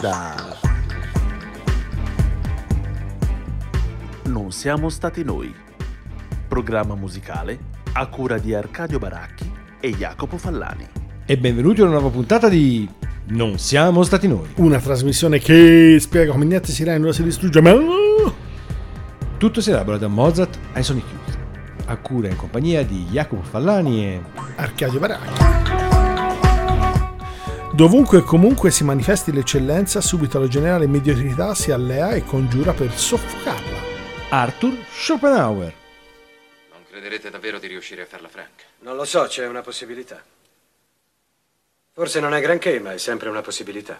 onda. Non siamo stati noi. Programma musicale a cura di Arcadio Baracchi e Jacopo Fallani. E benvenuti a una nuova puntata di Non siamo stati noi. Una trasmissione che spiega come niente si rende, si distrugge, ma Tutto si elabora da Mozart ai suoni chiusi, a cura in compagnia di Jacopo Fallani e Arcadio Baracchi. Dovunque e comunque si manifesti l'eccellenza, subito la generale mediocrità si allea e congiura per soffocarla. Arthur Schopenhauer. Non crederete davvero di riuscire a farla franca? Non lo so, c'è una possibilità. Forse non è granché, ma è sempre una possibilità.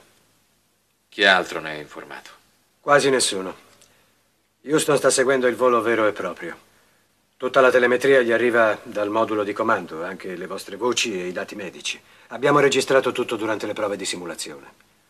Chi altro ne è informato? Quasi nessuno. Houston sta seguendo il volo vero e proprio. Tutta la telemetria gli arriva dal modulo di comando, anche le vostre voci e i dati medici. Abbiamo registrato tutto durante le prove di simulazione.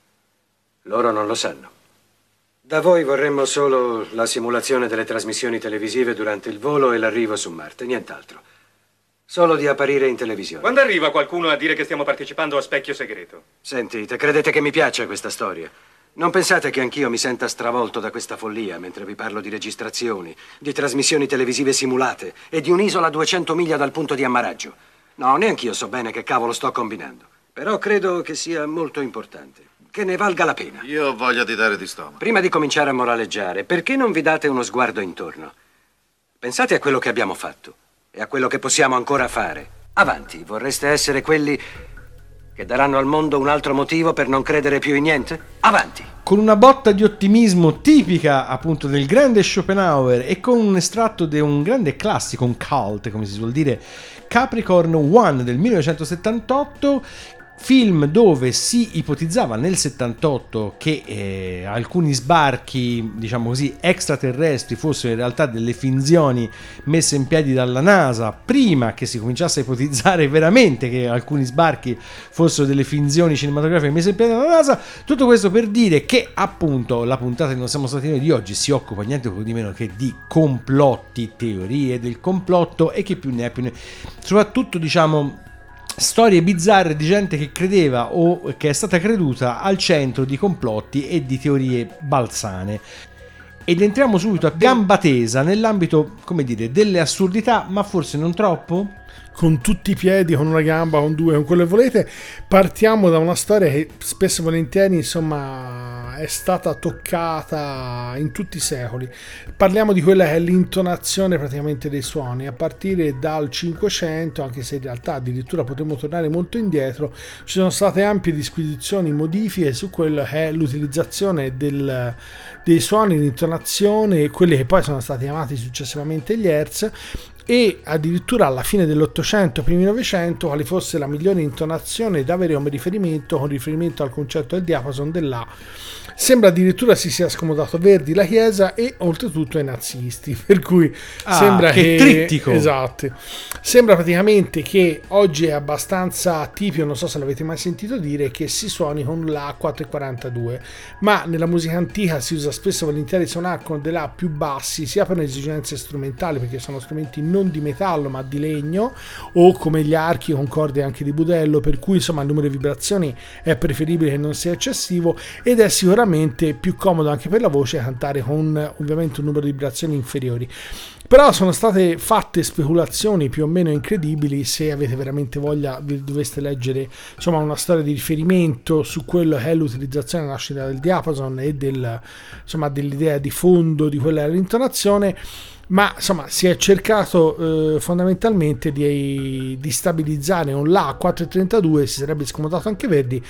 Loro non lo sanno. Da voi vorremmo solo la simulazione delle trasmissioni televisive durante il volo e l'arrivo su Marte, nient'altro. Solo di apparire in televisione. Quando arriva qualcuno a dire che stiamo partecipando a Specchio Segreto? Sentite, credete che mi piaccia questa storia? Non pensate che anch'io mi senta stravolto da questa follia mentre vi parlo di registrazioni, di trasmissioni televisive simulate e di un'isola a 200 miglia dal punto di ammaraggio? No, neanch'io so bene che cavolo sto combinando. Però credo che sia molto importante, che ne valga la pena. Io ho voglia di dare di stomaco. Prima di cominciare a moraleggiare, perché non vi date uno sguardo intorno? Pensate a quello che abbiamo fatto e a quello che possiamo ancora fare. Avanti, vorreste essere quelli che daranno al mondo un altro motivo per non credere più in niente? Avanti! Con una botta di ottimismo tipica appunto del grande Schopenhauer e con un estratto di un grande classico, un cult come si suol dire, Capricorn One del 1978, film dove si ipotizzava nel 78 che alcuni sbarchi, diciamo così, extraterrestri fossero in realtà delle finzioni messe in piedi dalla NASA, prima che si cominciasse a ipotizzare veramente che alcuni sbarchi fossero delle finzioni cinematografiche messe in piedi dalla NASA. Tutto questo per dire che appunto la puntata di Non siamo stati noi di oggi si occupa niente più di meno che di complotti, teorie del complotto e che più ne è più ne, soprattutto diciamo storie bizzarre di gente che credeva o che è stata creduta al centro di complotti e di teorie balzane. Ed entriamo subito a gamba tesa nell'ambito, come dire, delle assurdità, ma forse non troppo? Con tutti i piedi, con una gamba, con due, con quello che volete. Partiamo da una storia che spesso e volentieri, insomma, è stata toccata in tutti i secoli. Parliamo di quella che è l'intonazione praticamente dei suoni, a partire dal 500, anche se in realtà addirittura potremmo tornare molto indietro. Ci sono state ampie disquisizioni, modifiche su quello che è l'utilizzazione dei suoni, l'intonazione, quelli che poi sono stati chiamati successivamente gli hertz, e addirittura alla fine dell'800, primi 900, quale fosse la migliore intonazione da avere come riferimento con riferimento al concetto del diapason dell'A. Sembra addirittura si sia scomodato Verdi, la Chiesa e oltretutto i nazisti, per cui sembra che trittico. Esatto. Sembra praticamente che oggi è abbastanza tipico, non so se l'avete mai sentito dire, che si suoni con la 442, ma nella musica antica si usa spesso volentieri suonare con dei La più bassi, sia per esigenze strumentali, perché sono strumenti non di metallo ma di legno, o come gli archi con corde anche di budello, per cui insomma il numero di vibrazioni è preferibile che non sia eccessivo, ed è sicuramente più comodo anche per la voce cantare con ovviamente un numero di vibrazioni inferiori. Però sono state fatte speculazioni più o meno incredibili. Se avete veramente voglia vi dovreste leggere insomma una storia di riferimento su quello che è l'utilizzazione della nascita del diapason e dell'idea di fondo di quella dell'intonazione. Ma insomma si è cercato fondamentalmente di stabilizzare un La 432, si sarebbe scomodato anche Verdi,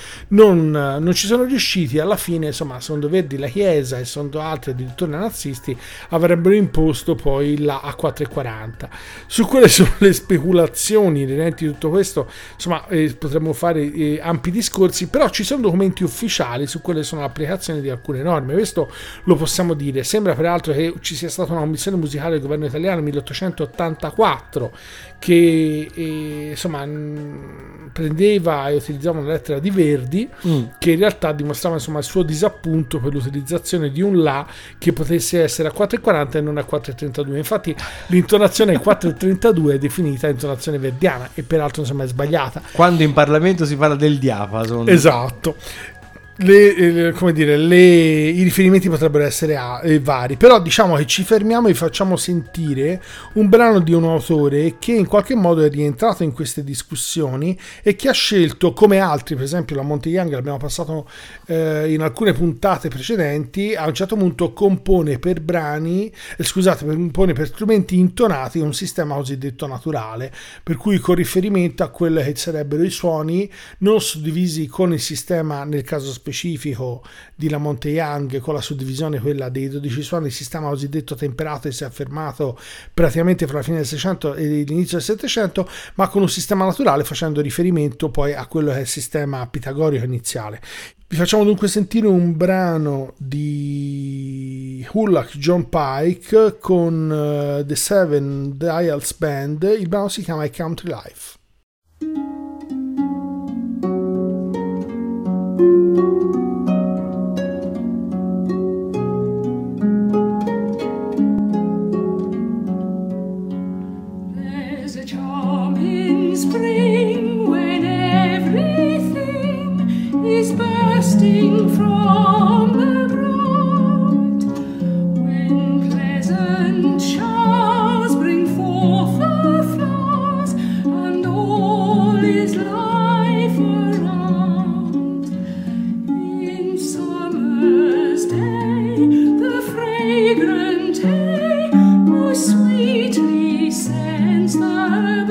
non ci sono riusciti. Alla fine insomma secondo Verdi la Chiesa e secondo altri addirittura nazisti avrebbero imposto poi la A440. Su quelle sono le speculazioni inerenti a tutto questo, insomma potremmo fare ampi discorsi, però ci sono documenti ufficiali su quelle sono le applicazioni di alcune norme, questo lo possiamo dire. Sembra peraltro che ci sia stata una commissione musicale del governo italiano nel 1884 che insomma prendeva e utilizzava una lettera di Verdi che in realtà dimostrava insomma il suo disappunto per l'utilizzazione di un La che potesse essere a 4,40 e non a 4,32. Infatti l'intonazione 4,32 è definita intonazione verdiana e peraltro insomma è sbagliata quando in Parlamento si parla del diapason. Esatto. i riferimenti potrebbero essere vari, però diciamo che ci fermiamo e facciamo sentire un brano di un autore che in qualche modo è rientrato in queste discussioni e che ha scelto, come altri, per esempio la Monte Young l'abbiamo passato in alcune puntate precedenti, a un certo punto compone per strumenti intonati un sistema cosiddetto naturale, per cui con riferimento a quello che sarebbero i suoni non suddivisi con il sistema, nel caso specifico di La Monte Young, con la suddivisione quella dei 12 suoni, il sistema cosiddetto temperato che si è affermato praticamente fra la fine del 600 e l'inizio del 700, ma con un sistema naturale, facendo riferimento poi a quello che è il sistema pitagorico iniziale. Vi facciamo dunque sentire un brano di Hulak John Pike con The Seven Dials Band. Il brano si chiama A Country Life. There's a charm in spring when everything is bursting from the ground, when pleasant showers bring forth the flowers and all is life around. In summer's day the fragrant hay most sweetly scents the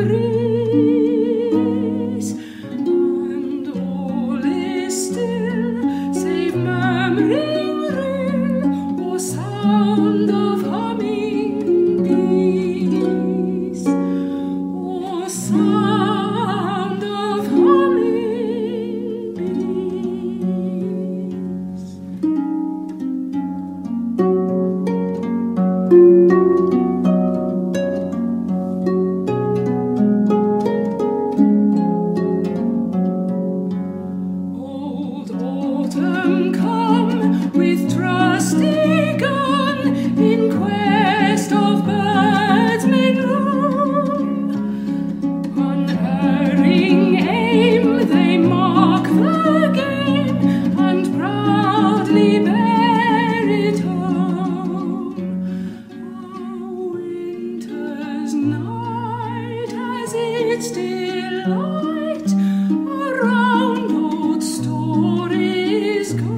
breeze, and all is still save murmuring rill or sound of humming bees, or sound of humming bees. Old autumn come with trusty gun in quest of birds mid roam. Unerring aim they mark the game and proudly bear it home. A winter's night has its delight, around old stories go.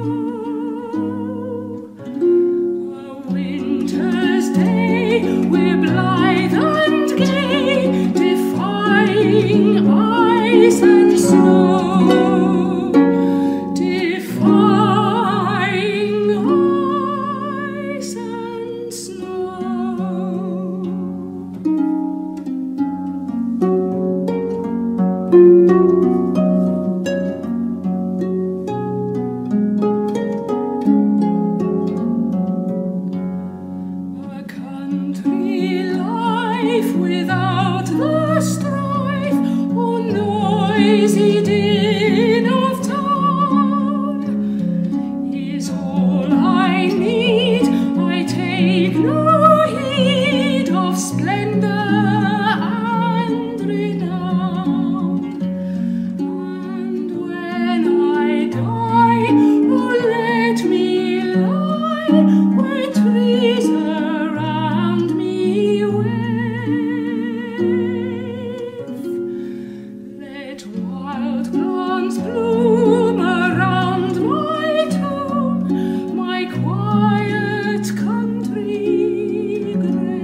A winter's day we're blithe and gay, defying ice and snow, defying ice and snow. A country life without the strife or noisy din of town is all I need. I take no heed of splendor and renown. And when I die, oh, let me lie where trees around me wave. Let wild plants bloom around my tomb, my quiet country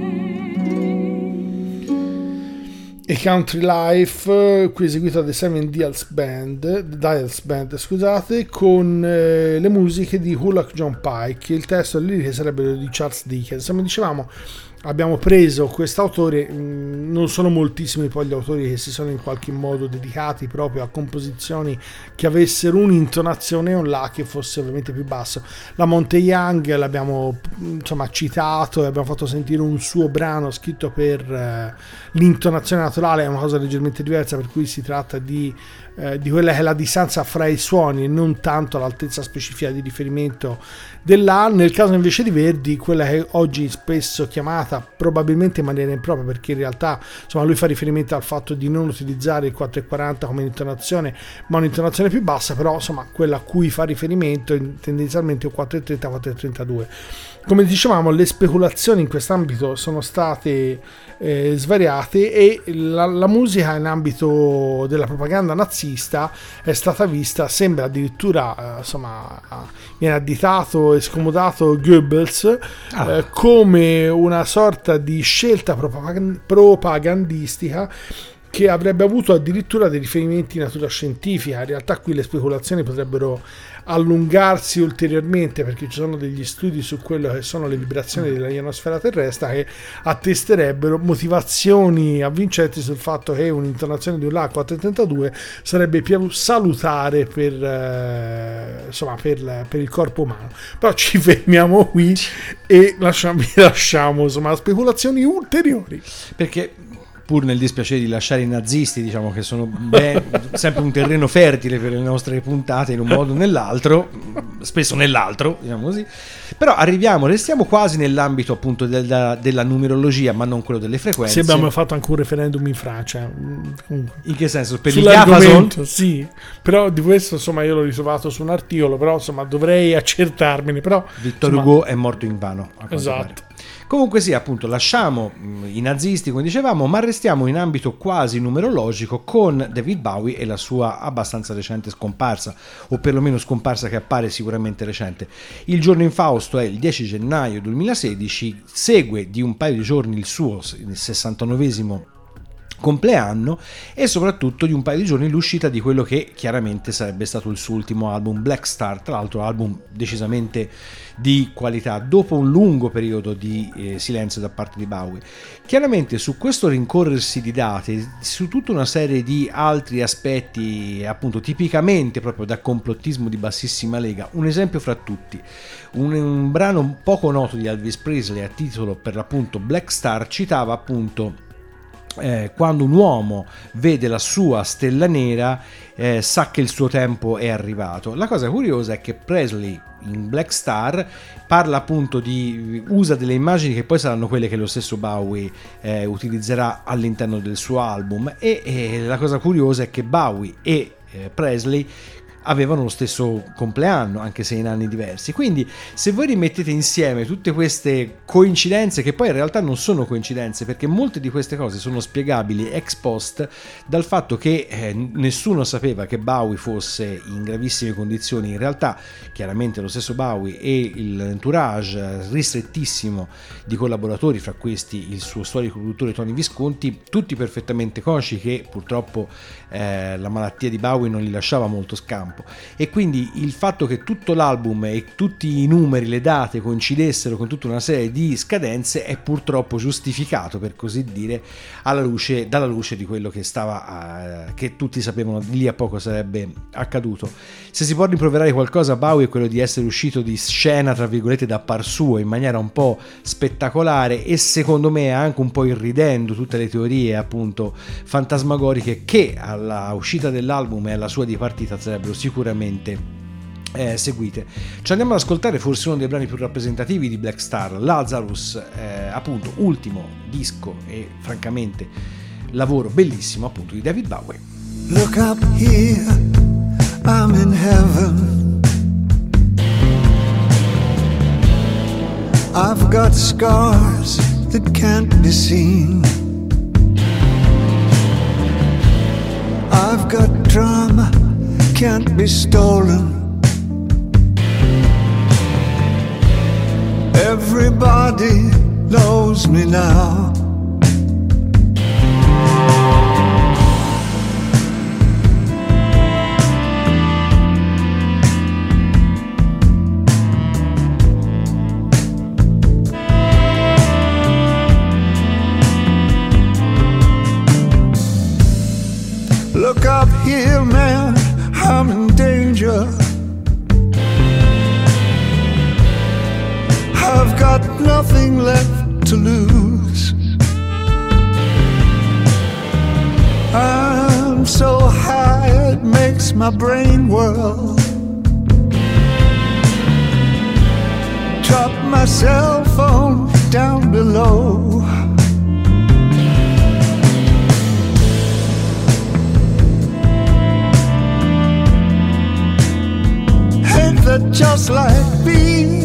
grave. A Country Life, qui eseguito da The Seven Dials Band, scusate, con le musiche di Hulak John Pike. Il testo e le liriche sarebbero di Charles Dickens. Come dicevamo, abbiamo preso quest'autore, non sono moltissimi poi gli autori che si sono in qualche modo dedicati proprio a composizioni che avessero un'intonazione o un là che fosse ovviamente più basso. La Monte Young l'abbiamo citato e abbiamo fatto sentire un suo brano scritto per l'intonazione naturale, è una cosa leggermente diversa, per cui si tratta di di quella che è la distanza fra i suoni e non tanto l'altezza specifica di riferimento dell'A. Nel caso invece di Verdi, quella che oggi spesso chiamata probabilmente in maniera impropria, perché in realtà insomma lui fa riferimento al fatto di non utilizzare il 4,40 come intonazione ma un'intonazione più bassa, però insomma quella a cui fa riferimento è tendenzialmente un 4,30 4,32. Come dicevamo, le speculazioni in quest'ambito sono state svariate e la musica in ambito della propaganda nazista è stata vista, sembra addirittura insomma viene additato e scomodato Goebbels come una sorta di scelta propagandistica che avrebbe avuto addirittura dei riferimenti di natura scientifica. In realtà qui le speculazioni potrebbero allungarsi ulteriormente, perché ci sono degli studi su quello che sono le vibrazioni della ionosfera terrestre che attesterebbero motivazioni avvincenti sul fatto che un'intonazione di un La 432 sarebbe più salutare per il corpo umano. Però ci fermiamo qui e lasciamo insomma speculazioni ulteriori, perché pur nel dispiacere di lasciare i nazisti, diciamo che sono sempre un terreno fertile per le nostre puntate in un modo o nell'altro, spesso nell'altro, diciamo così, però restiamo quasi nell'ambito appunto della numerologia, ma non quello delle frequenze. Se abbiamo fatto anche un referendum in Francia. In che senso? Per sull'argomento, sì, però di questo insomma io l'ho ritrovato su un articolo, però insomma dovrei accertarmene, però Victor Hugo è morto in vano, esatto. Pare. Comunque sì, appunto, lasciamo i nazisti, come dicevamo, ma restiamo in ambito quasi numerologico con David Bowie e la sua abbastanza recente scomparsa, o perlomeno scomparsa che appare sicuramente recente. Il giorno infausto è il 10 gennaio 2016, segue di un paio di giorni il suo 69esimo compleanno e soprattutto di un paio di giorni l'uscita di quello che chiaramente sarebbe stato il suo ultimo album, Black Star, tra l'altro album decisamente di qualità dopo un lungo periodo di silenzio da parte di Bowie. Chiaramente su questo rincorrersi di date, su tutta una serie di altri aspetti appunto tipicamente proprio da complottismo di bassissima lega, un esempio fra tutti, un brano poco noto di Elvis Presley a titolo per l'appunto Black Star citava appunto quando un uomo vede la sua stella nera sa che il suo tempo è arrivato. La cosa curiosa è che Presley in Black Star parla appunto usa delle immagini che poi saranno quelle che lo stesso Bowie utilizzerà all'interno del suo album e la cosa curiosa è che Bowie e Presley avevano lo stesso compleanno, anche se in anni diversi. Quindi se voi rimettete insieme tutte queste coincidenze, che poi in realtà non sono coincidenze, perché molte di queste cose sono spiegabili ex post dal fatto che nessuno sapeva che Bowie fosse in gravissime condizioni. In realtà chiaramente lo stesso Bowie e l'entourage ristrettissimo di collaboratori, fra questi il suo storico produttore Tony Visconti, tutti perfettamente consci che purtroppo la malattia di Bowie non gli lasciava molto scampo, e quindi il fatto che tutto l'album e tutti i numeri, le date coincidessero con tutta una serie di scadenze è purtroppo giustificato, per così dire, dalla luce di quello che che tutti sapevano di lì a poco sarebbe accaduto. Se si può rimproverare qualcosa a Bowie è quello di essere uscito di scena tra virgolette da par suo in maniera un po' spettacolare e secondo me anche un po' irridendo tutte le teorie appunto fantasmagoriche che alla uscita dell'album e alla sua dipartita sarebbero sicuramente seguite. Ci andiamo ad ascoltare forse uno dei brani più rappresentativi di Black Star, Lazarus, appunto ultimo disco e francamente lavoro bellissimo appunto di David Bowie. Look up here, I'm in heaven. I've got scars that can't be seen. I've got drama, can't be stolen. Everybody knows me now. Look up here, man, I'm in danger. I've got nothing left to lose. I'm so high it my brain whirl. Drop my cell phone down below. Ain't that just like me?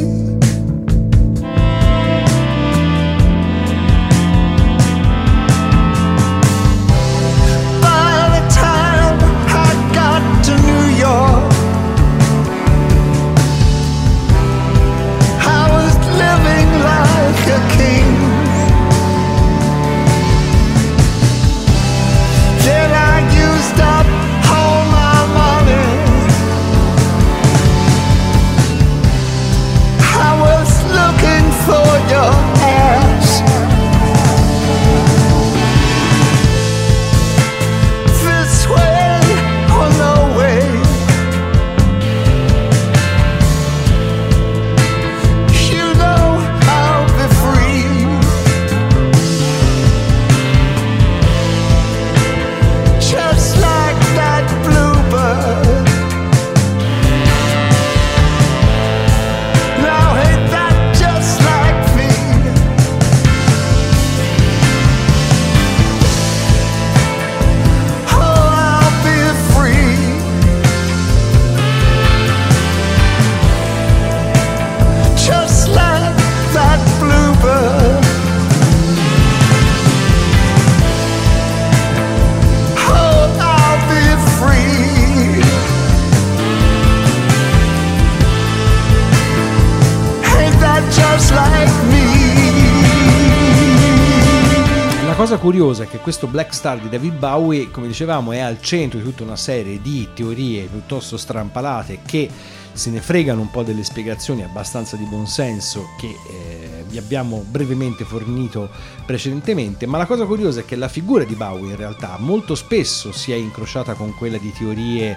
La cosa curiosa è che questo Black Star di David Bowie, come dicevamo, è al centro di tutta una serie di teorie piuttosto strampalate che se ne fregano un po' delle spiegazioni abbastanza di buonsenso che vi abbiamo brevemente fornito precedentemente, ma la cosa curiosa è che la figura di Bowie in realtà molto spesso si è incrociata con quella di teorie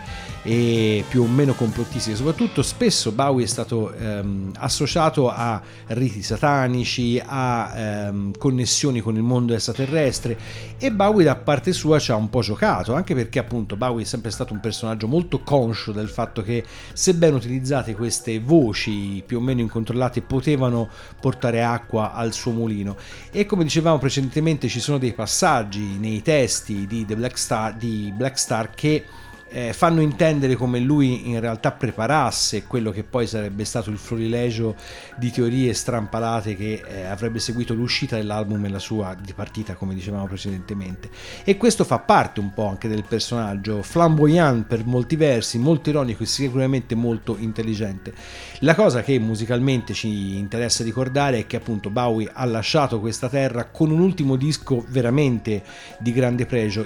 più o meno complottistiche. Soprattutto spesso Bowie è stato associato a riti satanici, a connessioni con il mondo extraterrestre, e Bowie da parte sua ci ha un po' giocato, anche perché appunto Bowie è sempre stato un personaggio molto conscio del fatto che, sebbene utilizzate queste voci più o meno incontrollate, potevano portare acqua al suo mulino. E come dicevamo precedentemente, ci sono dei passaggi nei testi di Black Star che fanno intendere come lui in realtà preparasse quello che poi sarebbe stato il florilegio di teorie strampalate che avrebbe seguito l'uscita dell'album e la sua dipartita, come dicevamo precedentemente. E questo fa parte un po' anche del personaggio, flamboyant per molti versi, molto ironico e sicuramente molto intelligente. La cosa che musicalmente ci interessa ricordare è che appunto Bowie ha lasciato questa terra con un ultimo disco veramente di grande pregio.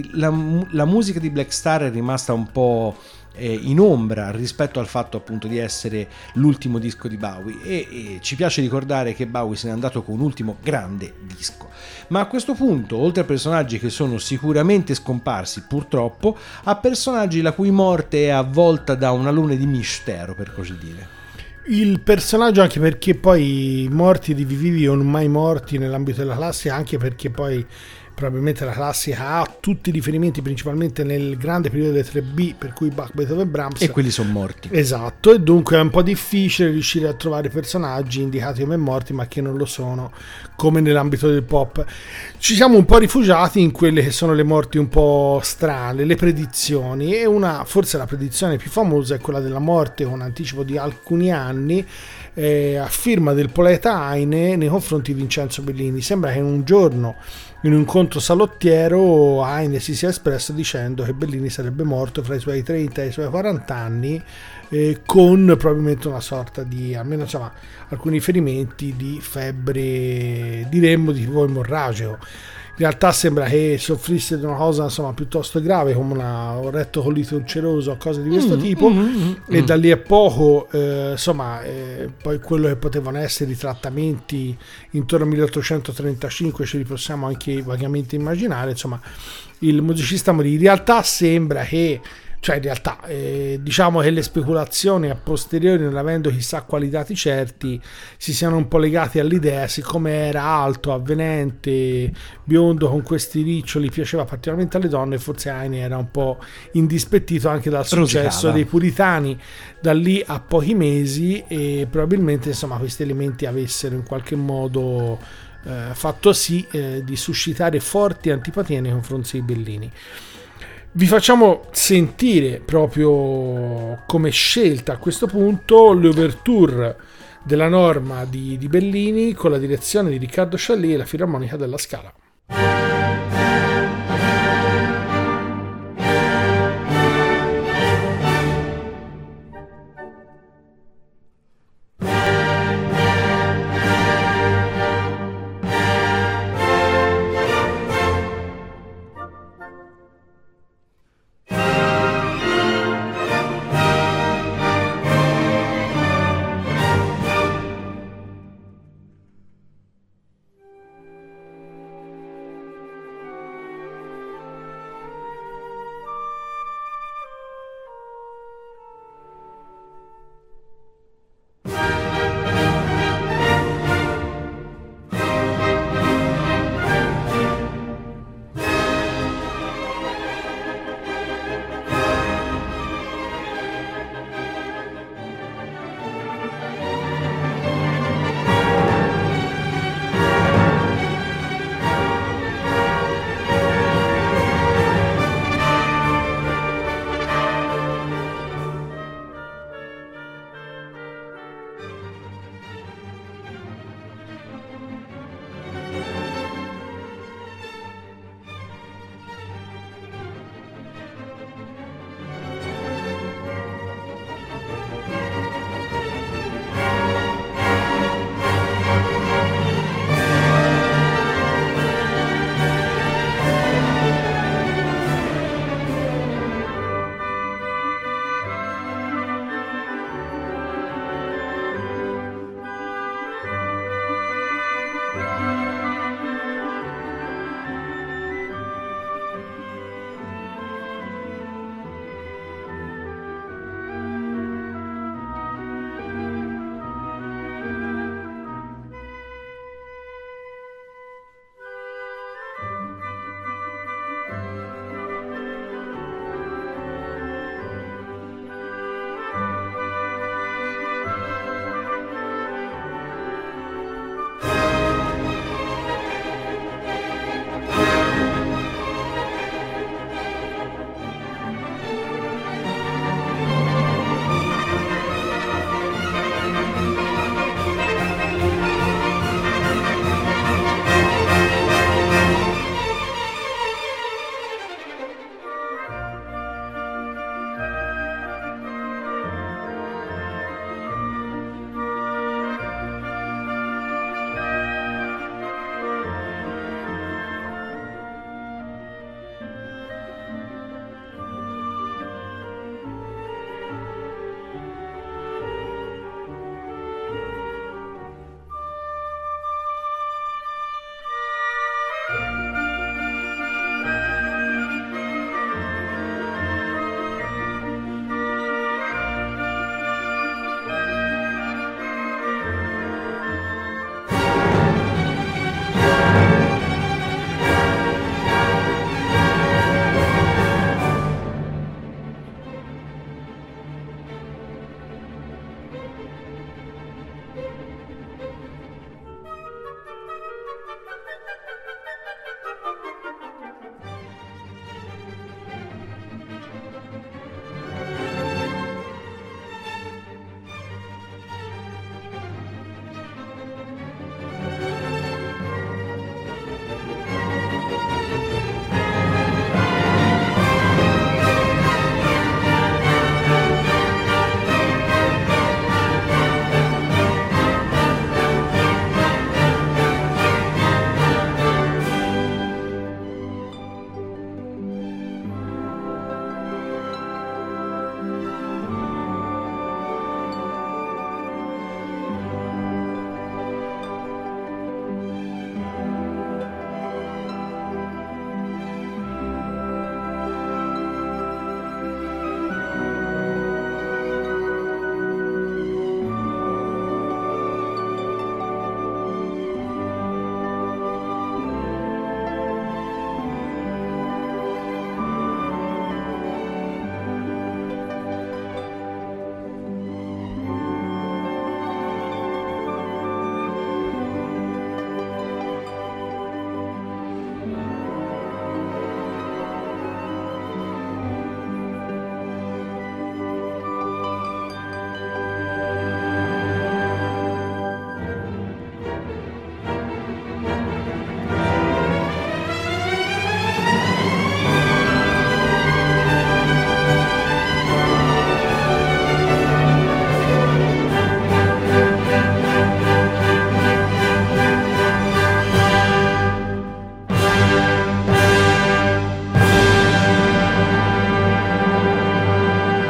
La musica di Black Star è rimasta un po' in ombra rispetto al fatto appunto di essere l'ultimo disco di Bowie, e ci piace ricordare che Bowie se n'è andato con un ultimo grande disco. Ma a questo punto, oltre a personaggi che sono sicuramente scomparsi purtroppo, a personaggi la cui morte è avvolta da un alone di mistero, per così dire. Il personaggio, anche perché poi morti di vivi o non mai morti nell'ambito della classica, anche perché poi probabilmente la classica ha tutti i riferimenti principalmente nel grande periodo delle 3B, per cui Bach, Beethoven e Brahms, e quelli sono morti. Esatto, e dunque è un po' difficile riuscire a trovare personaggi indicati come morti ma che non lo sono, come nell'ambito del pop. Ci siamo un po' rifugiati in quelle che sono le morti un po' strane, le predizioni, e forse la predizione più famosa è quella della morte con anticipo di alcuni anni a firma del poeta Heine nei confronti di Vincenzo Bellini. Sembra che un giorno in un incontro salottiero Heine si sia espresso dicendo che Bellini sarebbe morto fra i suoi 30 e i suoi 40 anni con probabilmente una sorta di, almeno insomma alcuni riferimenti, di febbre, diremmo di tipo emorragico. In realtà sembra che soffrisse di una cosa insomma piuttosto grave, come un retto colite ulceroso o cose di questo tipo, e da lì a poco poi quello che potevano essere i trattamenti intorno al 1835 ce li possiamo anche vagamente immaginare. Insomma, il musicista morì. In realtà sembra che Cioè in realtà diciamo che le speculazioni a posteriori, non avendo chissà quali dati certi, si siano un po' legati all'idea, siccome era alto, avvenente, biondo con questi riccioli, piaceva particolarmente alle donne, forse Heine era un po' indispettito anche dal successo Rosicava. dei puritani da lì a pochi mesi, e probabilmente insomma questi elementi avessero in qualche modo fatto sì di suscitare forti antipatie nei confronti dei Bellini. Vi facciamo sentire proprio come scelta a questo punto l'ouverture della Norma di Bellini con la direzione di Riccardo Chailly e la Filarmonica della Scala.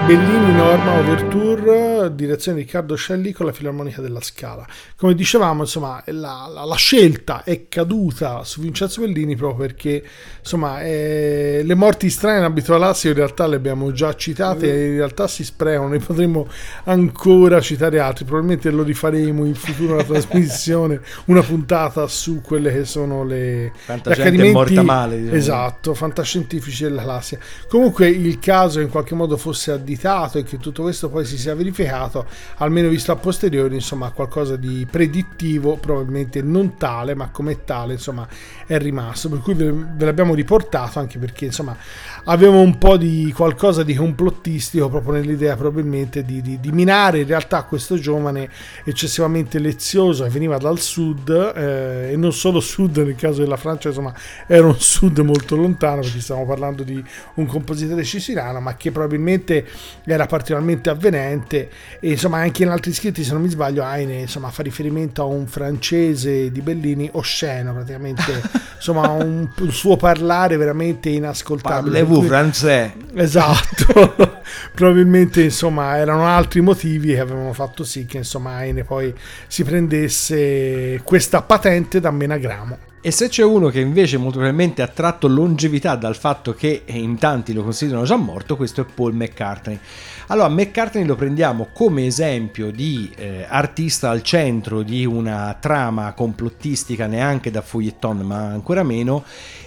Bellini Norma Overture, direzione di Riccardo Scelli con la Filarmonica della Scala. Come dicevamo, insomma, la scelta è caduta su Vincenzo Bellini proprio perché, insomma, le morti strane in abito Alassio in realtà le abbiamo già citate e in realtà si sprecano, ne potremmo ancora citare altri, probabilmente lo rifaremo in futuro una trasmissione, una puntata su quelle che sono gli accadimenti morta male, diciamo. Esatto, fantascientifici dell'Alassia. Comunque il caso in qualche modo fosse additato e che tutto questo poi si sia verificato, almeno visto a posteriori, insomma, qualcosa di predittivo, probabilmente non tale, ma come tale, insomma, è rimasto, per cui ve l'abbiamo riportato, anche perché, insomma, avevamo un po' di qualcosa di complottistico proprio nell'idea probabilmente di minare in realtà questo giovane eccessivamente lezioso che veniva dal sud, e non solo sud nel caso della Francia, insomma, era un sud molto lontano perché stiamo parlando di un compositore siciliano, ma che probabilmente era particolarmente avvenente, e insomma anche in altri scritti, se non mi sbaglio, Heine, insomma, fa riferimento a un francese di Bellini osceno praticamente, insomma un suo parlare veramente inascoltabile. Parlez-vous français? Esatto. Probabilmente, insomma, erano altri motivi che avevano fatto sì che, insomma, Heine poi si prendesse questa patente da Menagramo. E se c'è uno che invece molto probabilmente ha tratto longevità dal fatto che in tanti lo considerano già morto, questo è Paul McCartney. Allora, McCartney lo prendiamo come esempio di artista al centro di una trama complottistica, neanche da feuilleton ma ancora meno,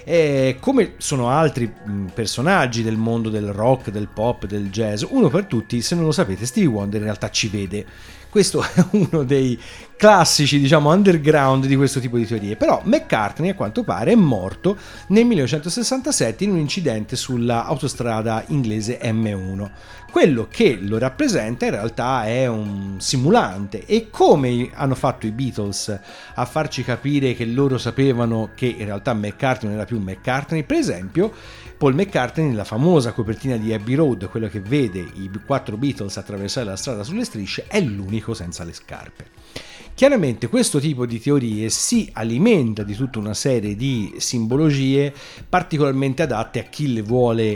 come sono altri personaggi del mondo del rock, del pop, del jazz. Uno per tutti, se non lo sapete, Stevie Wonder in realtà ci vede. Questo è uno dei classici, diciamo, underground di questo tipo di teorie. Però McCartney, a quanto pare, è morto nel 1967 in un incidente sulla autostrada inglese M1. Quello che lo rappresenta in realtà è un simulante, e come hanno fatto i Beatles a farci capire che loro sapevano che in realtà McCartney non era più McCartney, per esempio Paul McCartney nella famosa copertina di Abbey Road, quella che vede i 4 Beatles attraversare la strada sulle strisce, è l'unico senza le scarpe. Chiaramente questo tipo di teorie si alimenta di tutta una serie di simbologie particolarmente adatte a chi le vuole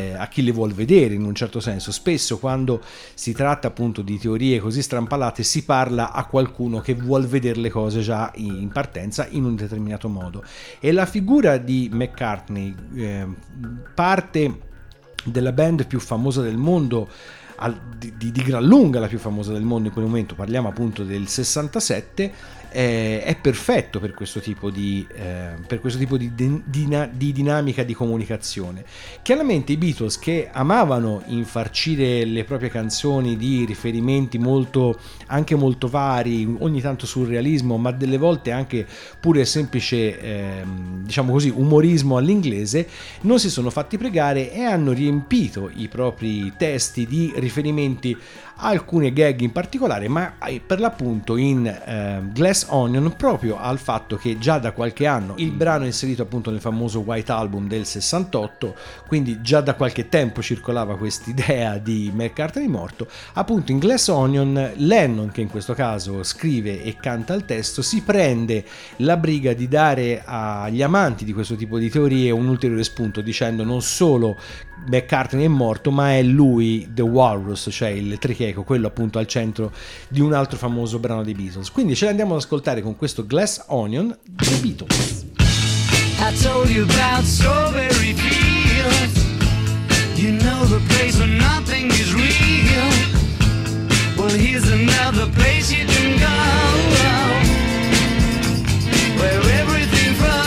vedere, in un certo senso. Spesso quando si tratta appunto di teorie così strampalate si parla a qualcuno che vuol vedere le cose già in partenza in un determinato modo, e la figura di McCartney, parte della band più famosa del mondo, di gran lunga la più famosa del mondo in quel momento, parliamo appunto del 67, è perfetto per questo tipo di dinamica di comunicazione. Chiaramente i Beatles, che amavano infarcire le proprie canzoni di riferimenti anche molto vari, ogni tanto surrealismo, ma delle volte anche pure semplice diciamo così umorismo all'inglese, non si sono fatti pregare e hanno riempito i propri testi di riferimenti a alcune gag in particolare, ma per l'appunto in Glass Onion, proprio al fatto che già da qualche anno il brano è inserito appunto nel famoso White Album del 68, quindi già da qualche tempo circolava quest'idea di McCartney morto. Appunto in Glass Onion Lennon, che in questo caso scrive e canta il testo, si prende la briga di dare agli amanti di questo tipo di teorie un ulteriore spunto, dicendo non solo McCartney è morto, ma è lui The Walrus, cioè il tricheco, quello appunto al centro di un altro famoso brano dei Beatles. Quindi ce l'andiamo ad ascoltare con questo Glass Onion dei Beatles. I told you about strawberry fields. You know the place where nothing is real. Well, here's another place you can go, where everything flows.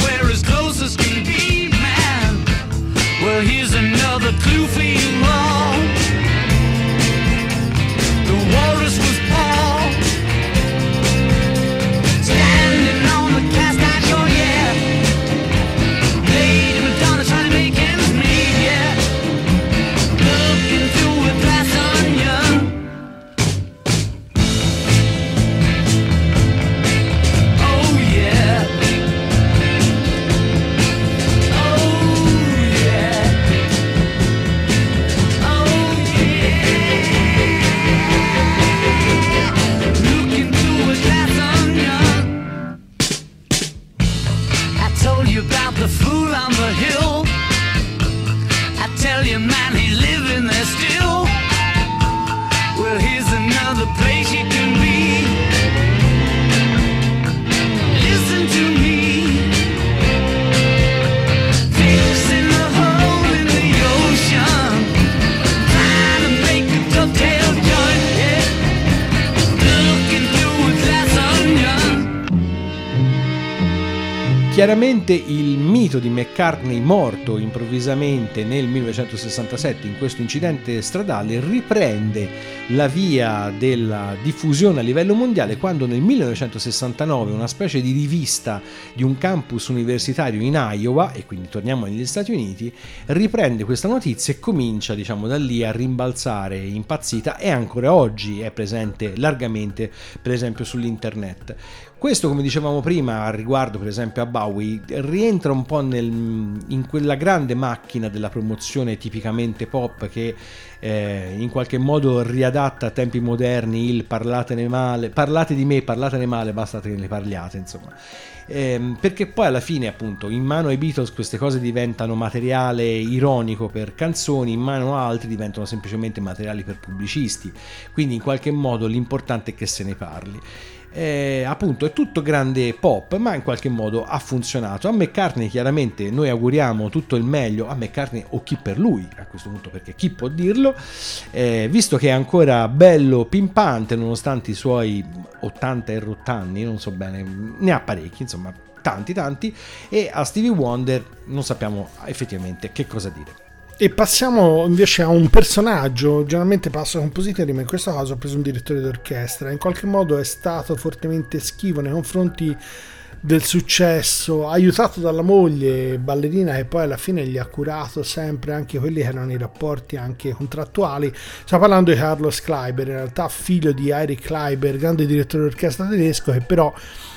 Here's another clue for you all. another place you can be. Listen to me. Fixing the hole in the ocean. Trying to make a dovetail joint, yeah. Looking through a glass onion. Chiaramente il mito di McCartney morto improvvisamente nel 1967 in questo incidente stradale riprende la via della diffusione a livello mondiale quando nel 1969 una specie di rivista di un campus universitario in Iowa, e quindi torniamo negli Stati Uniti, riprende questa notizia e comincia, diciamo, da lì a rimbalzare impazzita, e ancora oggi è presente largamente, per esempio, sull'internet. Questo, come dicevamo prima, riguardo per esempio a Bowie, rientra un po' in quella grande macchina della promozione tipicamente pop che in qualche modo riadatta a tempi moderni il parlatene male, parlate di me, parlatene male, basta che ne parliate, insomma. Perché poi alla fine, appunto, in mano ai Beatles queste cose diventano materiale ironico per canzoni, in mano a altri diventano semplicemente materiali per pubblicisti, quindi in qualche modo l'importante è che se ne parli. Appunto è tutto grande pop, ma in qualche modo ha funzionato. A McCartney chiaramente noi auguriamo tutto il meglio, a McCartney o chi per lui a questo punto, perché chi può dirlo, visto che è ancora bello pimpante nonostante i suoi 80 e rott'anni, non so bene, ne ha parecchi, insomma tanti, e a Stevie Wonder non sappiamo effettivamente che cosa dire. E passiamo invece a un personaggio. Generalmente passo ai compositori, ma in questo caso ho preso un direttore d'orchestra. In qualche modo è stato fortemente schivo nei confronti del successo, aiutato dalla moglie ballerina, che poi alla fine gli ha curato sempre anche quelli che erano i rapporti anche contrattuali. Stiamo parlando di Carlos Kleiber, in realtà figlio di Erich Kleiber, grande direttore d'orchestra tedesco, che però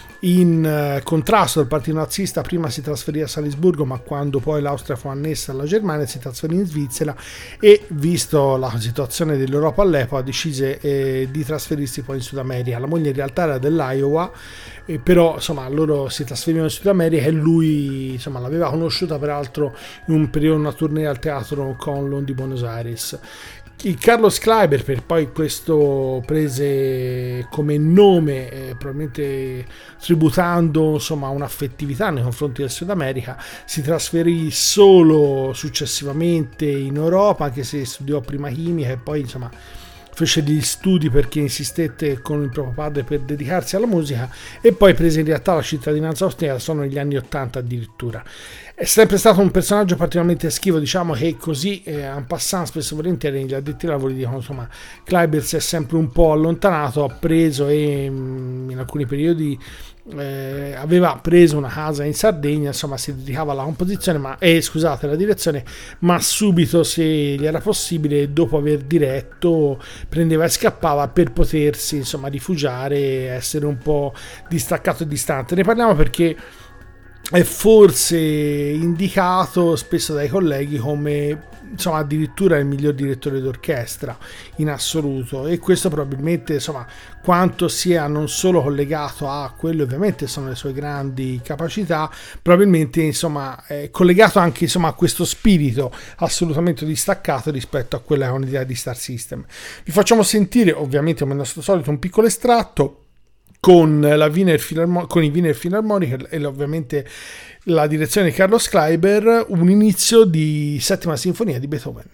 in contrasto al partito nazista prima si trasferì a Salisburgo, ma quando poi l'Austria fu annessa alla Germania si trasferì in Svizzera, e visto la situazione dell'Europa all'epoca decise di trasferirsi poi in Sud America. La moglie in realtà era dell'Iowa, però insomma loro si trasferirono in Sud America, e lui insomma l'aveva conosciuta peraltro in un periodo, una tournée al teatro Conlon di Buenos Aires. Il Carlos Kleiber, per poi questo prese come nome, probabilmente tributando insomma un'affettività nei confronti del Sud America, si trasferì solo successivamente in Europa, anche se studiò prima chimica e poi insomma fece degli studi perché insistette con il proprio padre per dedicarsi alla musica, e poi prese in realtà la cittadinanza austriaca solo negli anni 80 addirittura. È sempre stato un personaggio particolarmente schivo, diciamo che così en passant spesso e volentieri gli addetti ai lavori dicono insomma Kleiber si è sempre un po' allontanato, ha preso e in alcuni periodi aveva preso una casa in Sardegna, insomma si dedicava alla composizione, alla direzione, ma subito, se gli era possibile, dopo aver diretto prendeva e scappava per potersi insomma rifugiare e essere un po' distaccato e distante. Ne parliamo perché è forse indicato spesso dai colleghi come insomma addirittura il miglior direttore d'orchestra in assoluto, e questo probabilmente insomma quanto sia non solo collegato a quello, ovviamente sono le sue grandi capacità, probabilmente insomma è collegato anche insomma a questo spirito assolutamente distaccato rispetto a quella che è un'idea di Star System. Vi facciamo sentire ovviamente come al nostro solito un piccolo estratto con i Wiener Philharmonic e ovviamente la direzione di Carlos Kleiber, un inizio di Settima Sinfonia di Beethoven.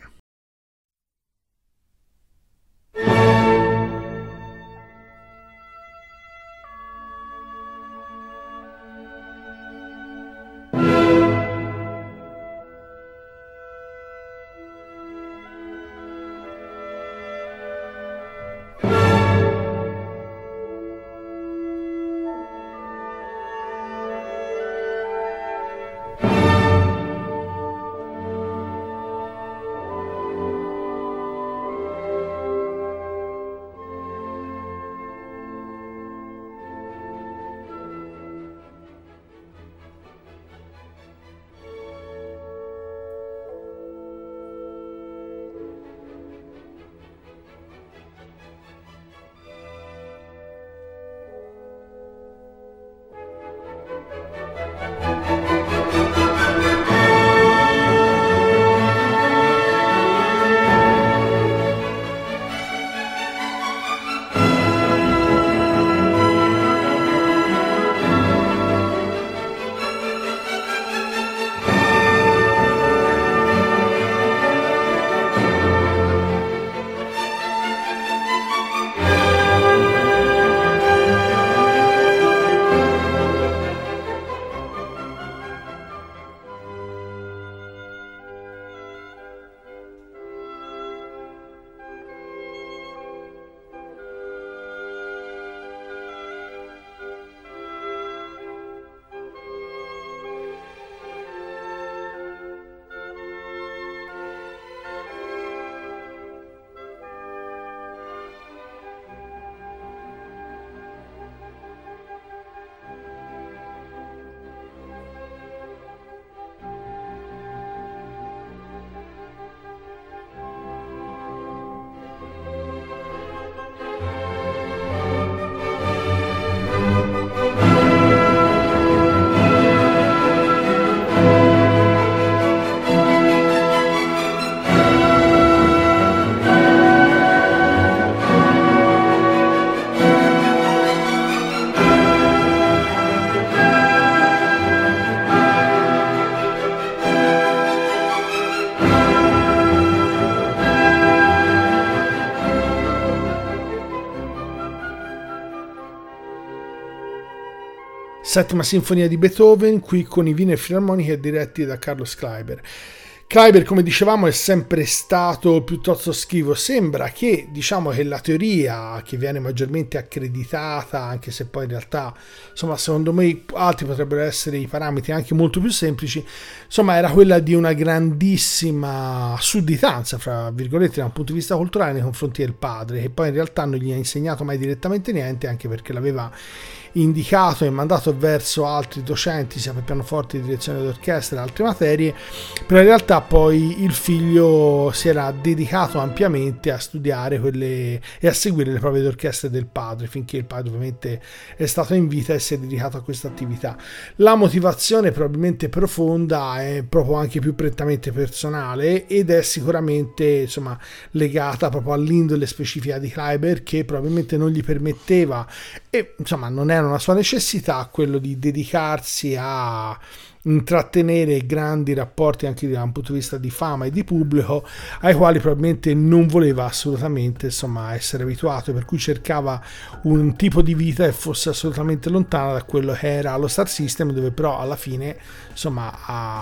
Settima Sinfonia di Beethoven, qui con i Wiener Philharmoniker diretti da Carlos Kleiber. Kleiber, come dicevamo, è sempre stato piuttosto schivo. Sembra che, diciamo, che la teoria che viene maggiormente accreditata, anche se poi in realtà, insomma, secondo me altri potrebbero essere i parametri anche molto più semplici, insomma, era quella di una grandissima sudditanza, fra virgolette, da un punto di vista culturale nei confronti del padre, che poi in realtà non gli ha insegnato mai direttamente niente, anche perché l'aveva indicato e mandato verso altri docenti, sia per pianoforte, direzione d'orchestra e altre materie, però in realtà poi il figlio si era dedicato ampiamente a studiare quelle e a seguire le prove d'orchestra del padre, finché il padre ovviamente è stato in vita e si è dedicato a questa attività. La motivazione probabilmente profonda è proprio anche più prettamente personale ed è sicuramente, insomma, legata proprio all'indole specifica di Kleiber, che probabilmente non gli permetteva, e insomma non era una sua necessità, quello di dedicarsi a intrattenere grandi rapporti anche da un punto di vista di fama e di pubblico, ai quali probabilmente non voleva assolutamente, insomma, essere abituato, per cui cercava un tipo di vita che fosse assolutamente lontano da quello che era lo Star System, dove però alla fine, insomma,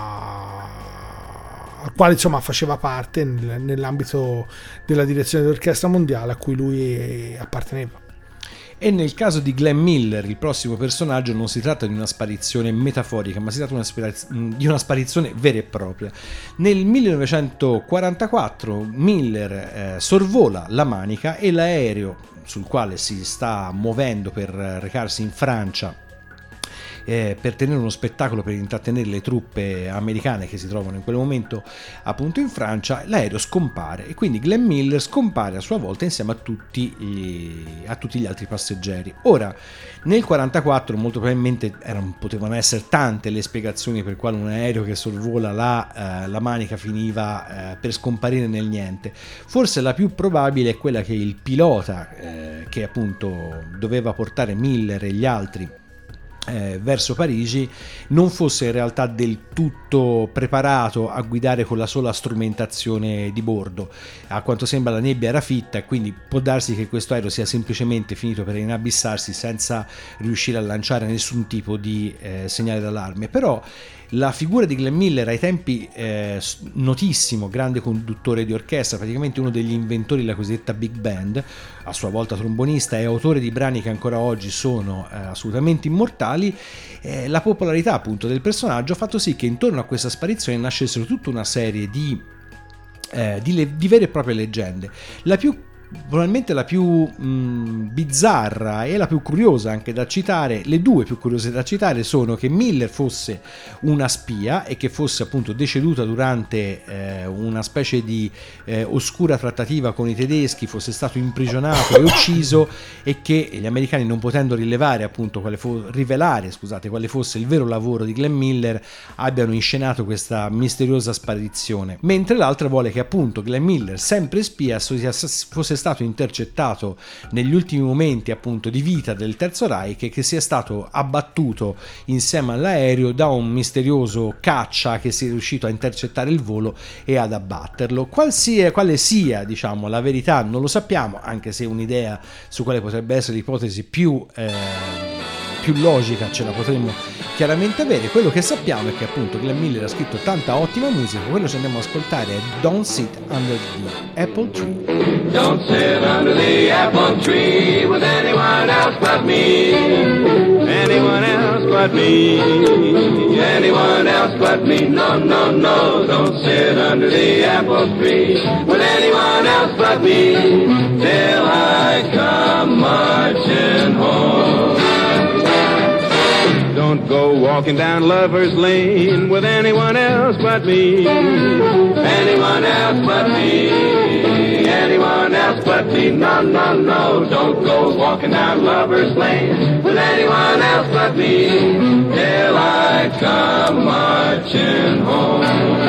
al quale, insomma, faceva parte nell'ambito della direzione dell'orchestra mondiale a cui lui apparteneva. E nel caso di Glenn Miller, il prossimo personaggio, non si tratta di una sparizione metaforica, ma si tratta di una sparizione vera e propria. Nel 1944 Miller sorvola la Manica e l'aereo sul quale si sta muovendo per recarsi in Francia per tenere uno spettacolo per intrattenere le truppe americane che si trovano in quel momento appunto in Francia, l'aereo scompare e quindi Glenn Miller scompare a sua volta insieme a tutti gli altri passeggeri. Ora, nel 1944 molto probabilmente potevano essere tante le spiegazioni per quale un aereo che sorvola la Manica finiva per scomparire nel niente. Forse la più probabile è quella che il pilota che appunto doveva portare Miller e gli altri verso Parigi non fosse in realtà del tutto preparato a guidare con la sola strumentazione di bordo. A quanto sembra la nebbia era fitta e quindi può darsi che questo aereo sia semplicemente finito per inabissarsi senza riuscire a lanciare nessun tipo di segnale d'allarme. Però la figura di Glenn Miller, ai tempi notissimo, grande conduttore di orchestra, praticamente uno degli inventori della cosiddetta Big Band, a sua volta trombonista e autore di brani che ancora oggi sono assolutamente immortali, la popolarità appunto del personaggio ha fatto sì che intorno a questa sparizione nascessero tutta una serie di vere e proprie leggende. Probabilmente la più bizzarra e la più curiosa anche da citare, le due più curiose da citare, sono che Miller fosse una spia e che fosse appunto deceduta durante una specie di oscura trattativa con i tedeschi, fosse stato imprigionato e ucciso, e che gli americani, non potendo rivelare appunto quale fosse il vero lavoro di Glenn Miller, abbiano inscenato questa misteriosa sparizione, mentre l'altra vuole che appunto Glenn Miller, sempre spia, fosse stato intercettato negli ultimi momenti appunto di vita del Terzo Reich e che sia stato abbattuto insieme all'aereo da un misterioso caccia che sia riuscito a intercettare il volo e ad abbatterlo. Quale sia, diciamo, la verità non lo sappiamo, anche se un'idea su quale potrebbe essere l'ipotesi più logica ce la potremmo chiaramente avere. Quello che sappiamo è che appunto Glenn Miller ha scritto tanta ottima musica. Quello che andiamo ad ascoltare è Don't Sit Under the Apple Tree. Don't sit under the apple tree with anyone else but me. Anyone else but me. Anyone else but me. No, no, no. Don't sit under the apple tree with anyone else but me till I come marching home. Don't go walking down Lover's Lane with anyone else but me. Anyone else but me. Anyone else but me. No, no, no. Don't go walking down Lover's Lane with anyone else but me till I come marching home.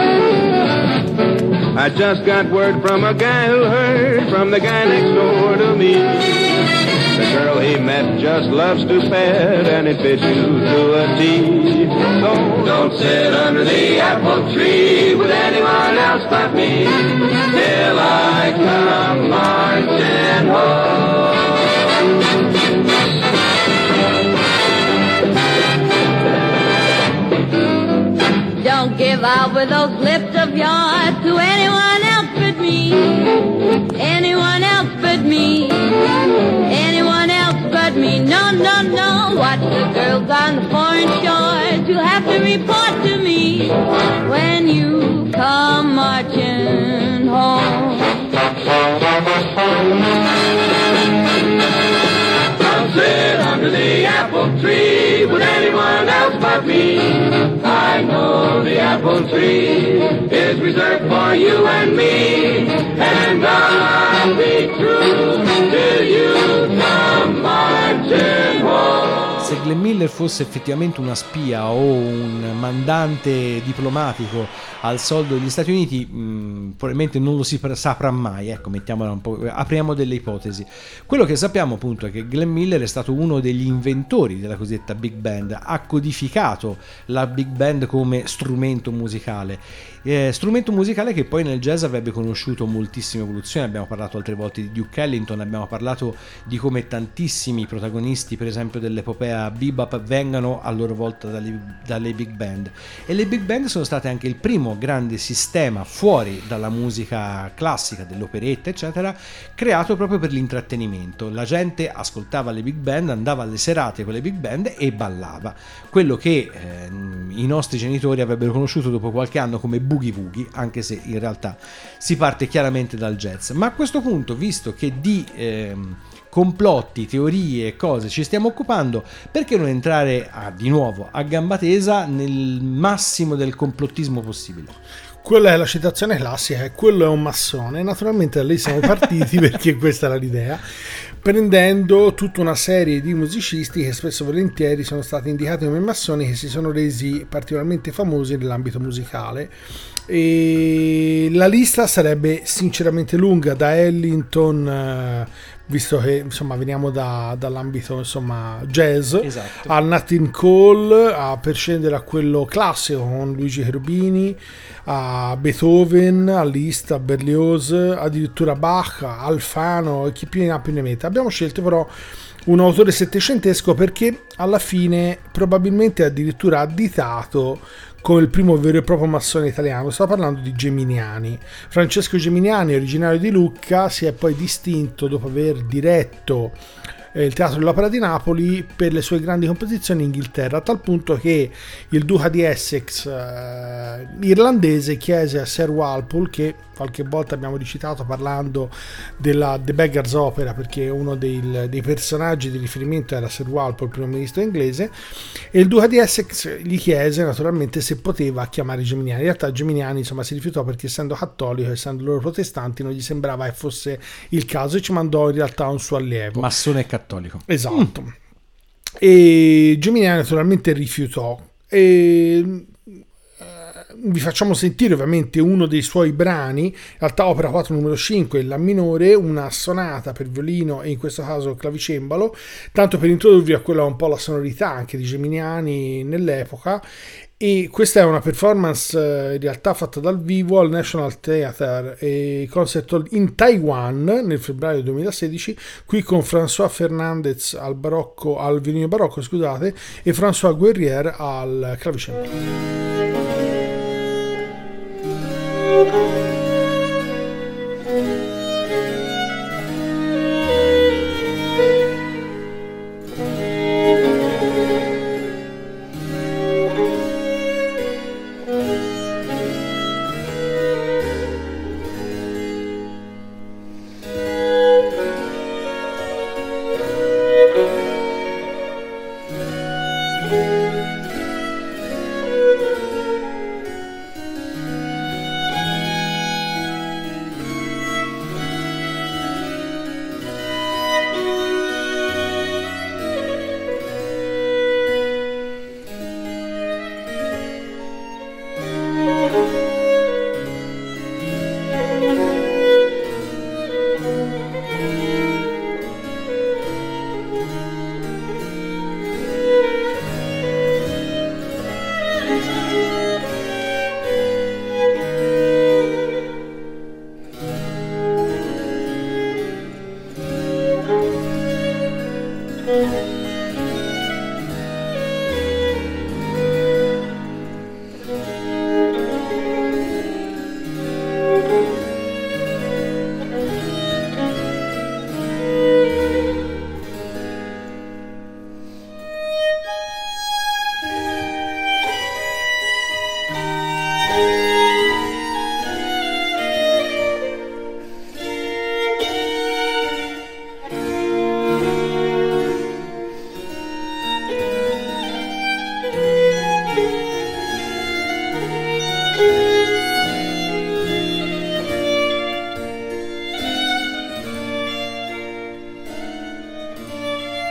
I just got word from a guy who heard from the guy next door to me. The girl he met just loves to pet, and it fits you to a T. So don't sit under the apple tree with anyone else but me till I come marching home. with those lips of yours to anyone else but me. Anyone else but me. Anyone else but me. No, no, no. Watch the girls on the foreign shores. You'll have to report to me when you come marching home. Don't sit under the apple tree with anyone else but me. I know the apple tree is reserved for you and me, and I'll be true till you come marching home. Se Glenn Miller fosse effettivamente una spia o un mandante diplomatico al soldo degli Stati Uniti, probabilmente non lo si saprà mai, ecco, mettiamola un po', apriamo delle ipotesi. Quello che sappiamo appunto è che Glenn Miller è stato uno degli inventori della cosiddetta big band, ha codificato la big band come strumento musicale che poi nel jazz avrebbe conosciuto moltissime evoluzioni. Abbiamo parlato altre volte di Duke Ellington, abbiamo parlato di come tantissimi protagonisti, per esempio dell'epopea bebop, vengano a loro volta dalle big band, e le big band sono state anche il primo grande sistema fuori dalla musica classica, dell'operetta eccetera, creato proprio per l'intrattenimento. La gente ascoltava le big band, andava alle serate con le big band e ballava, quello che i nostri genitori avrebbero conosciuto dopo qualche anno come boogie woogie, anche se in realtà si parte chiaramente dal jazz. Ma a questo punto, visto che di complotti, teorie e cose ci stiamo occupando, perché non entrare di nuovo a gamba tesa nel massimo del complottismo possibile? Quella è la citazione classica, e quello è un massone. Naturalmente da lì siamo partiti perché questa era l'idea, prendendo tutta una serie di musicisti che spesso e volentieri sono stati indicati come massoni, che si sono resi particolarmente famosi nell'ambito musicale. E la lista sarebbe sinceramente lunga, da Ellington, visto che insomma veniamo dall'ambito insomma jazz, esatto, a Nat King Cole, a per scendere a quello classico con Luigi Cherubini, a Beethoven, a Liszt, a Berlioz, addirittura Bach, Alfano e chi più ne ha più ne metta. Abbiamo scelto però un autore settecentesco perché alla fine probabilmente addirittura additato come il primo vero e proprio massone italiano. Sto parlando di Geminiani. Francesco Geminiani, originario di Lucca, si è poi distinto dopo aver diretto il Teatro dell'Opera di Napoli per le sue grandi composizioni in Inghilterra, a tal punto che il duca di Essex irlandese chiese a Sir Walpole, che qualche volta abbiamo ricitato parlando della The Beggar's Opera, perché uno dei personaggi di riferimento era Sir Walpole, il primo ministro inglese, e il duca di Essex gli chiese naturalmente se poteva chiamare Geminiani. In realtà Geminiani insomma si rifiutò, perché essendo cattolico, essendo loro protestanti, non gli sembrava che fosse il caso, e ci mandò in realtà un suo allievo massone cattolico. Esatto. E Geminiani naturalmente rifiutò, e vi facciamo sentire ovviamente uno dei suoi brani, in realtà opera 4 numero 5, La minore, una sonata per violino e in questo caso clavicembalo, tanto per introdurvi a quella un po' la sonorità anche di Geminiani nell'epoca. E questa è una performance in realtà fatta dal vivo al National Theatre e Concert Hall in Taiwan nel febbraio 2016, qui con François Fernandez al violino barocco, scusate, e François Guerrier al clavicembalo.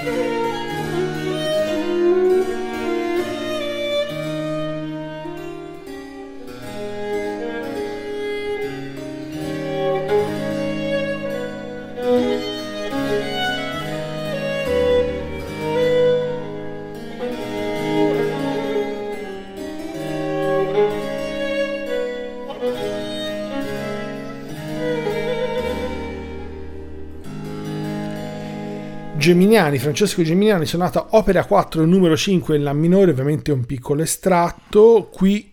Geminiani, Francesco Geminiani, sonata opera 4 numero 5 in La minore, ovviamente un piccolo estratto, qui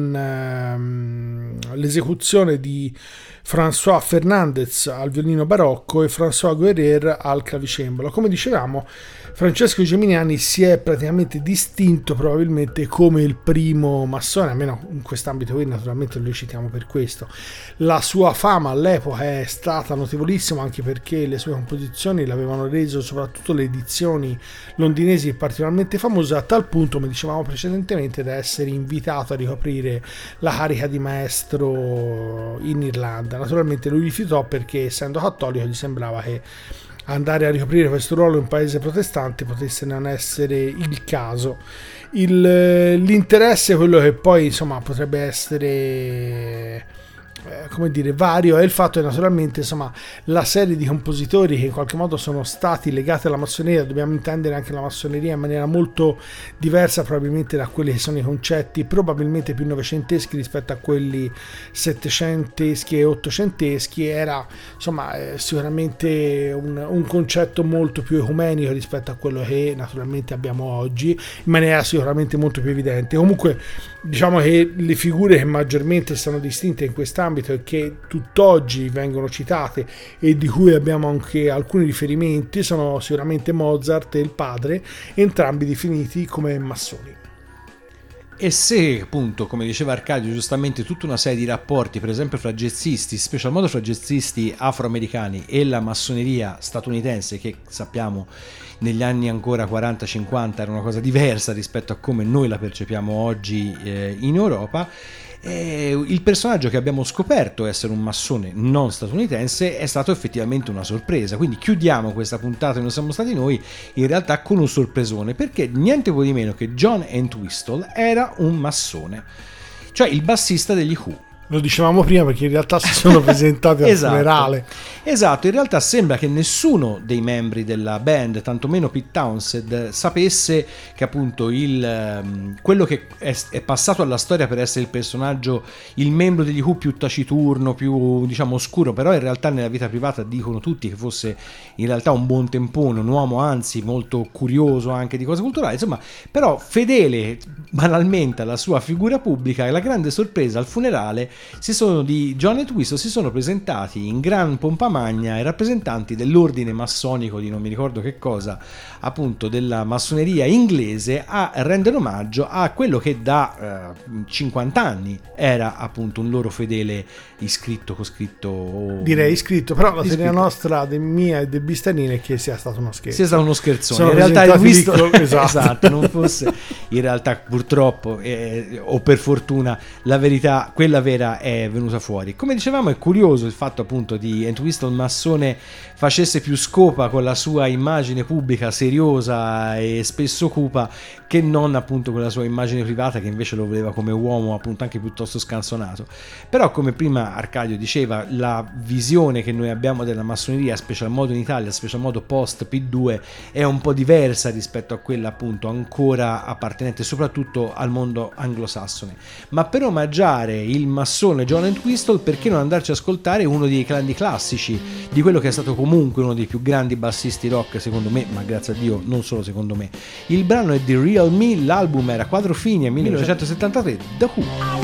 con l'esecuzione di François Fernandez al violino barocco e François Guerrier al clavicembalo. Come dicevamo, Francesco Geminiani si è praticamente distinto probabilmente come il primo massone, almeno in quest'ambito qui naturalmente lo citiamo per questo. La sua fama all'epoca è stata notevolissima anche perché le sue composizioni l'avevano reso, soprattutto le edizioni londinesi, particolarmente famose, a tal punto, come dicevamo precedentemente, da essere invitato a ricoprire la carica di maestro in Irlanda. Naturalmente lui rifiutò perché, essendo cattolico, gli sembrava che andare a ricoprire questo ruolo in un paese protestante potesse non essere il caso. L'interesse, quello che poi insomma potrebbe essere come dire vario, è il fatto che naturalmente insomma la serie di compositori che in qualche modo sono stati legati alla massoneria, dobbiamo intendere anche la massoneria in maniera molto diversa probabilmente da quelli che sono i concetti probabilmente più novecenteschi rispetto a quelli settecenteschi e ottocenteschi, era insomma sicuramente un concetto molto più ecumenico rispetto a quello che naturalmente abbiamo oggi, in maniera sicuramente molto più evidente. Comunque diciamo che le figure che maggiormente sono distinte in quest'ambito e che tutt'oggi vengono citate e di cui abbiamo anche alcuni riferimenti sono sicuramente Mozart e il padre, entrambi definiti come massoni. E se appunto, come diceva Arcadio giustamente, tutta una serie di rapporti, per esempio fra jazzisti, special modo fra jazzisti afroamericani e la massoneria statunitense, che sappiamo negli anni ancora 40-50 era una cosa diversa rispetto a come noi la percepiamo oggi in Europa, il personaggio che abbiamo scoperto essere un massone non statunitense è stato effettivamente una sorpresa. Quindi chiudiamo questa puntata e non siamo stati noi in realtà con un sorpresone, perché niente po' di meno che John Entwistle era un massone, cioè il bassista degli Who. Lo dicevamo prima perché in realtà si sono presentati al funerale. Esatto, in realtà sembra che nessuno dei membri della band, tantomeno Pete Townshend, sapesse che appunto quello che è passato alla storia per essere il personaggio, il membro degli Who più taciturno, più diciamo oscuro, però in realtà nella vita privata dicono tutti che fosse in realtà un buon tempone, un uomo anzi molto curioso anche di cose culturali, insomma, però fedele banalmente alla sua figura pubblica. E la grande sorpresa al funerale di John Entwistle si sono presentati in gran pompa magna i rappresentanti dell'ordine massonico di non mi ricordo che cosa, appunto della massoneria inglese, a rendere omaggio a quello che da 50 anni era appunto un loro fedele iscritto, coscritto, direi iscritto, però la teoria nostra mia e del Bistanini è che sia stato uno scherzo, sia stato uno scherzone. Sono in realtà il visto esatto, non fosse in realtà purtroppo o per fortuna la verità, quella vera, è venuta fuori. Come dicevamo, è curioso il fatto appunto di Entwistle massone facesse più scopa con la sua immagine pubblica seriosa e spesso cupa che non appunto con la sua immagine privata, che invece lo voleva come uomo appunto anche piuttosto scanzonato. Però come prima Arcadio diceva, la visione che noi abbiamo della massoneria, special modo in Italia, special modo post P2, è un po' diversa rispetto a quella appunto ancora appartenente soprattutto al mondo anglosassone. Ma per omaggiare il massone John Entwistle, perché non andarci a ascoltare uno dei grandi classici di quello che è stato comunque uno dei più grandi bassisti rock secondo me, ma grazie a Dio non solo secondo me. Il brano è The Real Me, l'album era Quadro Fine 1973, The Who.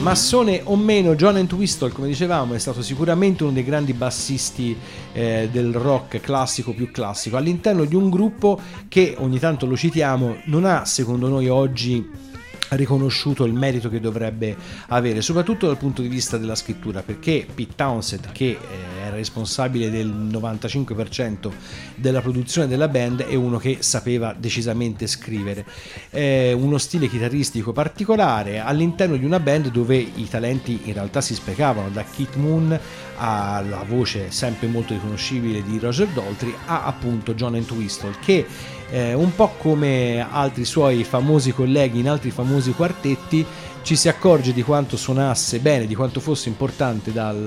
Massone o meno, John Entwistle, come dicevamo, è stato sicuramente uno dei grandi bassisti del rock classico più classico, all'interno di un gruppo che, ogni tanto lo citiamo, non ha secondo noi oggi riconosciuto il merito che dovrebbe avere, soprattutto dal punto di vista della scrittura, perché Pete Townshend, che era responsabile del 95% della produzione della band, è uno che sapeva decisamente scrivere, uno stile chitarristico particolare all'interno di una band dove i talenti in realtà si sprecavano, da Keith Moon alla voce sempre molto riconoscibile di Roger Daltrey a appunto John Entwistle, che un po' come altri suoi famosi colleghi in altri famosi quartetti ci si accorge di quanto suonasse bene, di quanto fosse importante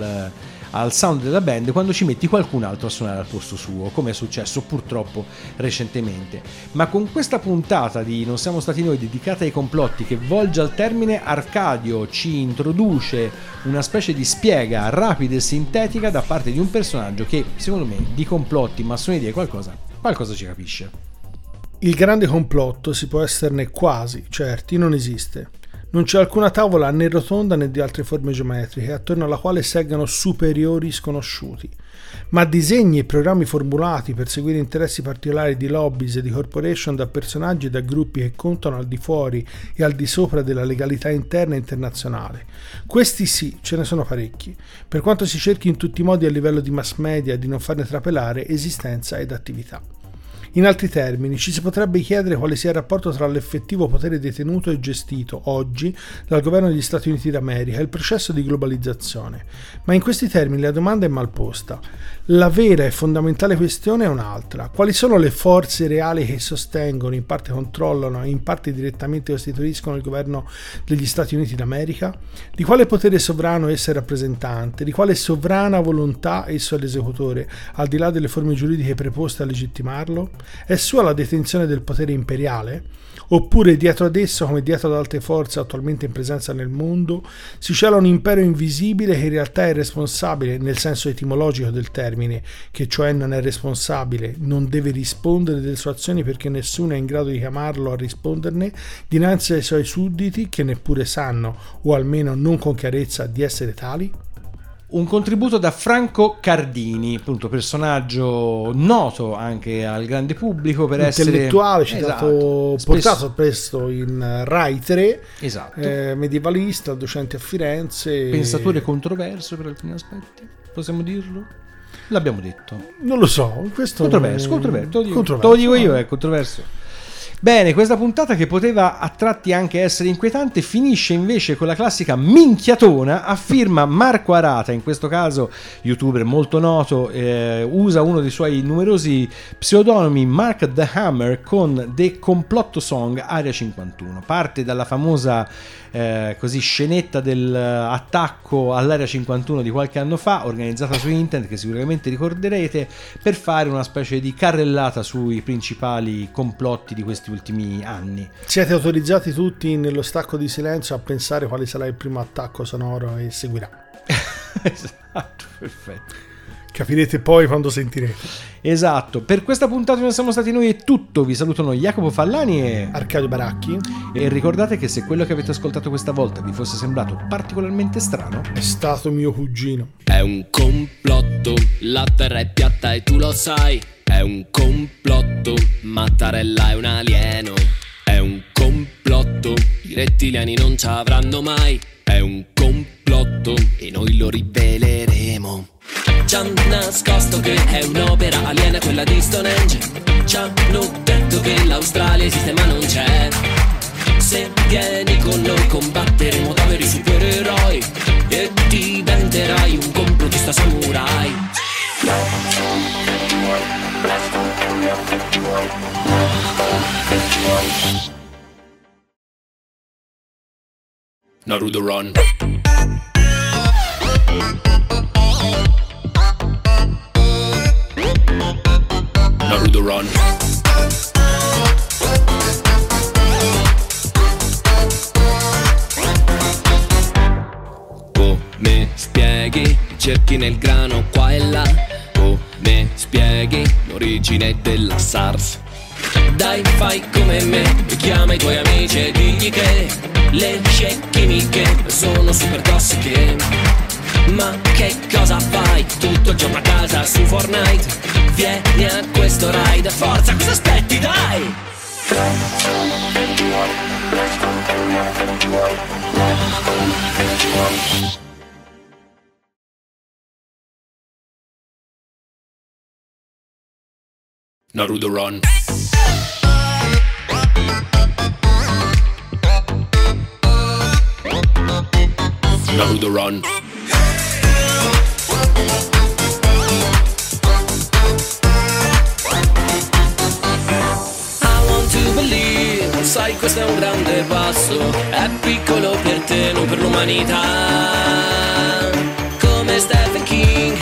al sound della band quando ci metti qualcun altro a suonare al posto suo, come è successo purtroppo recentemente. Ma con questa puntata di Non siamo stati noi dedicata ai complotti che volge al termine, Arcadio ci introduce una specie di spiega rapida e sintetica da parte di un personaggio che secondo me di complotti, massoneria e qualcosa ci capisce. Il grande complotto si può esserne quasi certi non esiste. Non c'è alcuna tavola né rotonda né di altre forme geometriche attorno alla quale seggano superiori sconosciuti, ma disegni e programmi formulati per seguire interessi particolari di lobbies e di corporation da personaggi e da gruppi che contano al di fuori e al di sopra della legalità interna e internazionale. Questi sì, ce ne sono parecchi, per quanto si cerchi in tutti i modi a livello di mass media di non farne trapelare esistenza ed attività. In altri termini, ci si potrebbe chiedere quale sia il rapporto tra l'effettivo potere detenuto e gestito oggi dal governo degli Stati Uniti d'America e il processo di globalizzazione. Ma in questi termini la domanda è mal posta. La vera e fondamentale questione è un'altra. Quali sono le forze reali che sostengono, in parte controllano e in parte direttamente costituiscono il governo degli Stati Uniti d'America? Di quale potere sovrano esso è rappresentante? Di quale sovrana volontà esso è l'esecutore, al di là delle forme giuridiche preposte a legittimarlo? È sua la detenzione del potere imperiale? Oppure dietro ad esso, come dietro ad altre forze attualmente in presenza nel mondo, si cela un impero invisibile che in realtà è responsabile, nel senso etimologico del termine, che cioè non è responsabile, non deve rispondere delle sue azioni perché nessuno è in grado di chiamarlo a risponderne, dinanzi ai suoi sudditi che neppure sanno, o almeno non con chiarezza, di essere tali? Un contributo da Franco Cardini, appunto personaggio noto anche al grande pubblico per intellettuale, essere citato, portato presto in Rai 3, esatto. Medievalista, docente a Firenze, pensatore controverso per alcuni aspetti, possiamo dirlo? L'abbiamo detto. Non lo so, questo controverso, te lo dico io, è controverso. Bene, questa puntata, che poteva a tratti anche essere inquietante, finisce invece con la classica minchiatona a firma Marco Arata, in questo caso youtuber molto noto, usa uno dei suoi numerosi pseudonimi, Mark the Hammer, con The Complotto Song Area 51. Parte dalla famosa così scenetta dell'attacco all'Area 51 di qualche anno fa, organizzata su internet, che sicuramente ricorderete, per fare una specie di carrellata sui principali complotti di questi ultimi anni. Siete autorizzati tutti nello stacco di silenzio a pensare quale sarà il primo attacco sonoro e seguirà. Esatto, perfetto. Capirete poi quando sentirete. Esatto, per questa puntata non siamo stati noi, è tutto. Vi salutano Jacopo Fallani e Arcadio Baracchi. E ricordate che se quello che avete ascoltato questa volta vi fosse sembrato particolarmente strano, è stato mio cugino. È un complotto, la terra è piatta e tu lo sai. È un complotto, Mattarella è un alieno. È un complotto, i rettiliani non ci avranno mai. È un complotto e noi lo riveleremo. Ci hanno nascosto che è un'opera aliena quella di Stonehenge. Ci hanno detto che l'Australia esiste ma non c'è. Se vieni con noi combatteremo da veri supereroi e diventerai un complottista samurai. Naruto Run. Naruto Run. Come spieghi, cerchi nel grano qua e là. Come spieghi l'origine della SARS? Dai, fai come me, chiama i tuoi amici e digli che le scie chimiche sono super tossiche. Ma che cosa fai tutto il giorno a casa su Fortnite? Vieni a questo ride, forza, cosa aspetti, dai? Naruto Run. Naruto Run. Sai, questo è un grande passo, è piccolo per te, non per l'umanità. Come Stephen King